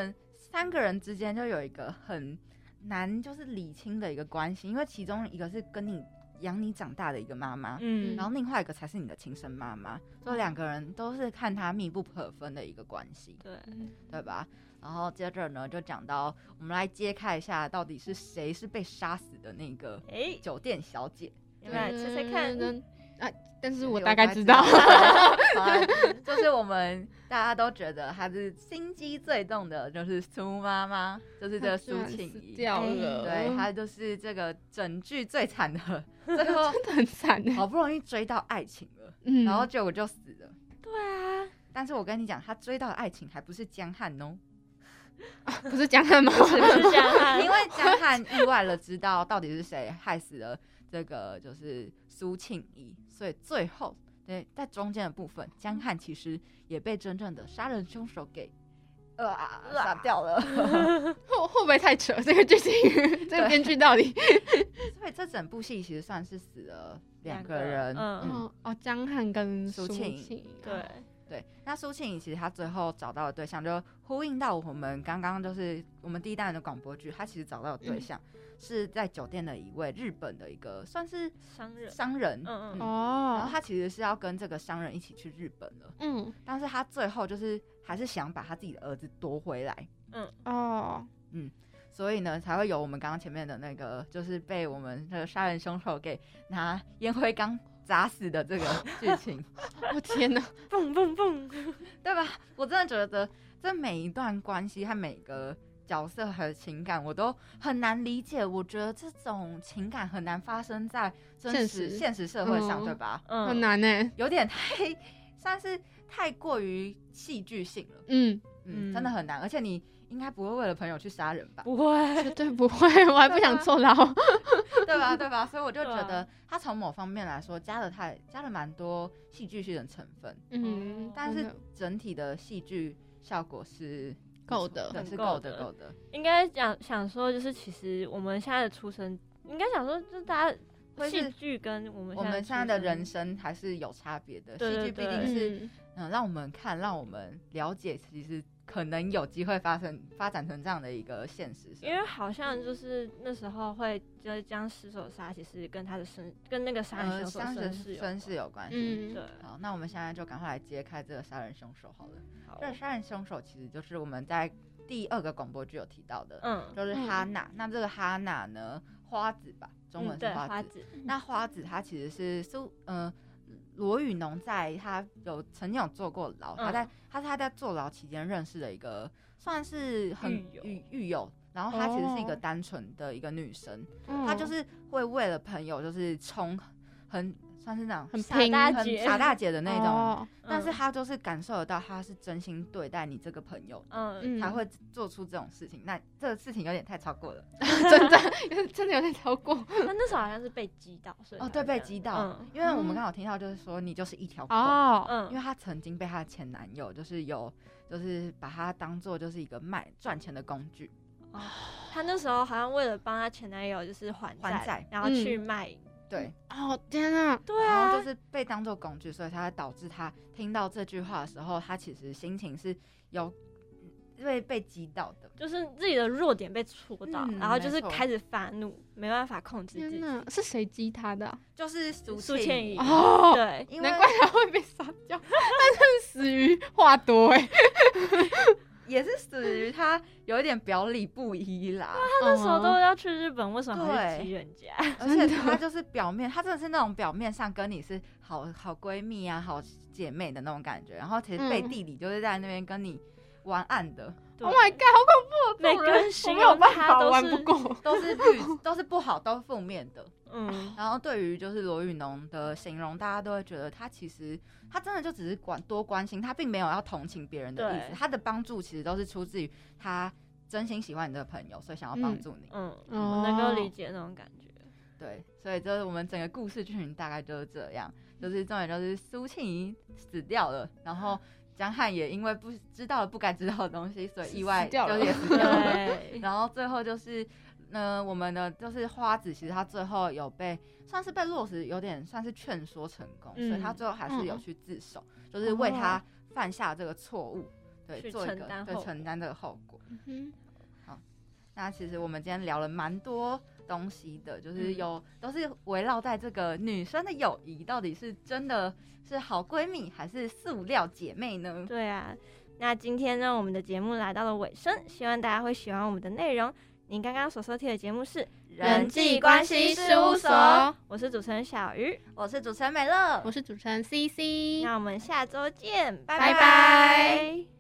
三个人之间就有一个很难就是理清的一个关系，因为其中一个是跟你养你长大的一个妈妈，嗯，然后另外一个才是你的亲生妈妈，所以两个人都是看他密不可分的一个关系， 对， 对吧？然后接着呢，就讲到我们来揭开一下，到底是谁是被杀死的那个酒店小姐， 要不要猜猜看？ 啊，但是我大概知道， 就是我们大家都觉得她是心机最重的，就是苏妈妈，就是这个苏庆仪掉了， 对，她就是这个整剧最惨的，最后真的很惨， 好不容易追到爱情了，嗯，然后结果就死了。 对啊， 但是我跟你讲，她追到的爱情还不是江汉哦。 啊、不是江汉吗？ 不是江汉， 因为江汉意外了知道到底是谁害死了这个就是苏庆仪，所以最后对在中间的部分，江汉其实也被真正的杀人凶手给呃杀掉了。 会会不会太扯？这个剧情，这个编剧到底？ 所以这整部戏其实算是死了两个人， 嗯嗯哦，江汉跟苏庆仪， 对。 对，那苏庆仪其实她最后找到的对象，就呼应到我们刚刚就是我们第一单元的广播剧，她其实找到的对象、嗯、是在酒店的一位日本的一个算是商人， 商人，嗯嗯哦，然后他其实是要跟这个商人一起去日本了，嗯，但是他最后就是还是想把他自己的儿子夺回来，嗯哦，嗯，所以呢才会有我们刚刚前面的那个，就是被我们那个杀人凶手给拿烟灰缸砸死的这个剧情。 我天哪， 蹦蹦蹦， 对吧？我真的觉得这每一段关系和每个角色和情感我都很难理解，我觉得这种情感很难发生在真实现实社会上、嗯、对吧？ 嗯，很难耶， 有点太算是太过于戏剧性了，嗯嗯，真的很难，而且你应该不会为了朋友去杀人吧？ 不会， 绝对不会，我还不想坐牢， 对吧？对吧？所以我就觉得他从某方面来说加了太加了蛮多戏剧性的成分，嗯，但是整体的戏剧效果是够的， 是够的，够的。 应该讲想说，就是其实我们现在的出生，应该想说，就是大家戏剧跟我们我们现在的人生还是有差别的。戏剧毕竟是嗯、呃，让我们看，让我们了解，其实可能有机会发生发展成这样的一个现实。 因为好像就是那时候会就是将尸首杀，其实跟他的身跟那个杀人凶手身世有身世有关系。 嗯，对。 好，那我们现在就赶快来揭开这个杀人凶手好了。好，这个杀人凶手其实就是我们在第二个广播剧有提到的，嗯，就是哈娜。嗯、那这个哈娜呢，花子吧，中文是花子。 嗯、花子那花子她其实是苏呃罗宇农在他有曾经有坐过牢，嗯、他在他他在坐牢期间认识了一个算是很狱狱友，然后她其实是一个单纯的一个女生，哦、她就是会为了朋友就是冲很。算是那种很傻大姐、 傻大姐的那种，哦、但是她就是感受得到，她是真心对待你这个朋友，嗯，才会做出这种事情。那这个事情有点太超过了， 真的，真的有点超过。 他那时候好像是被击倒，所以哦，对，被击倒。嗯、因为我们刚好听到，就是说你就是一条狗，哦，嗯，因为她曾经被她的前男友，就是有，就是把她当做就是一个卖赚钱的工具。 哦，她那时候好像为了帮她前男友就是还债，还债然后去卖。嗯对， 哦天啊， 对啊， 然后就是被当作工具，所以才会导致他听到这句话的时候，他其实心情是有被被击倒的， 就是自己的弱点被戳到，嗯、然后就是开始发怒，没办法控制自己。 是谁击他的、啊？ 就是苏苏倩怡哦， 对， 难怪他会被杀掉，他是死于话多哎。 也是死于他有一点表里不一啦。 他那时候都要去日本，为什么还去激人家？ 而且他就是表面，他真的是那种表面上跟你是好好闺蜜啊、好姐妹的那种感觉，然后其实背地里就是在那边跟你玩暗的。 嗯、Oh my god， 好恐怖！ 每个人形容他都是都是绿，都是不好，都是负面的。嗯，然后对于就是罗宇农的形容，大家都会觉得他其实他真的就只是关多关心，他并没有要同情别人的意思。他的帮助其实都是出自于他真心喜欢你的朋友，所以想要帮助你。 嗯，嗯我能够理解那种感觉。 对，所以就是我们整个故事剧情大概就是这样，就是重点就是苏庆怡死掉了，然后江汉也因为不知道了不该知道的东西，所以意外就也死掉了。然后最后就是。呢，我们的就是花子，其实他最后有被算是被洛斯有点算是劝说成功，嗯、所以他最后还是有去自首，嗯、就是为他犯下这个错误对去做一个对承担后承担这个后果。 嗯好，那其实我们今天聊了蛮多东西的，就是嗯有、都是围绕在这个女生的友谊到底是真的是好闺蜜还是塑料姐妹呢？ 对啊，那今天呢，我们的节目来到了尾声，希望大家会喜欢我们的内容。您刚刚所收听的节目是《 人际关系事务所》， 我是主持人小鱼， 我是主持人美乐， 我是主持人 C C， 那我们下周见，拜拜拜。